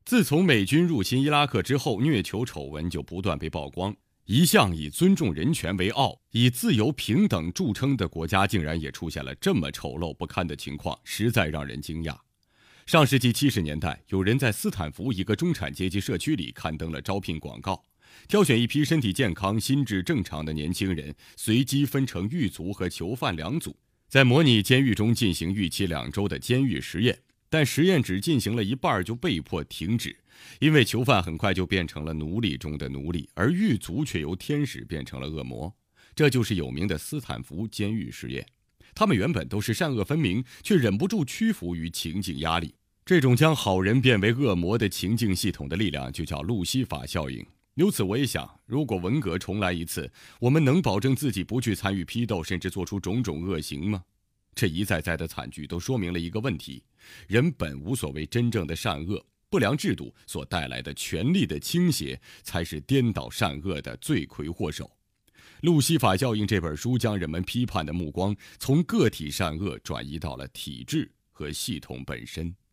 自从美军入侵伊拉克之后，虐囚丑闻就不断被曝光。一向以尊重人权为傲、以自由平等著称的国家，竟然也出现了这么丑陋不堪的情况，实在让人惊讶。上世纪70年代，有人在斯坦福一个中产阶级社区里刊登了招聘广告，挑选一批身体健康、心智正常的年轻人，随机分成狱卒和囚犯2组，在模拟监狱中进行狱期2周的监狱实验。但实验只进行了一半就被迫停止，因为囚犯很快就变成了奴隶中的奴隶，而狱卒却由天使变成了恶魔。这就是有名的斯坦福监狱实验。他们原本都是善恶分明，却忍不住屈服于情境压力。这种将好人变为恶魔的情境系统的力量，就叫路西法效应。由此我也想，如果文革重来一次，我们能保证自己不去参与批斗，甚至做出种种恶行吗？这一再再的惨剧都说明了一个问题：人本无所谓真正的善恶，不良制度所带来的权力的倾斜，才是颠倒善恶的罪魁祸首。路西法效应这本书将人们批判的目光从个体善恶转移到了体制和系统本身。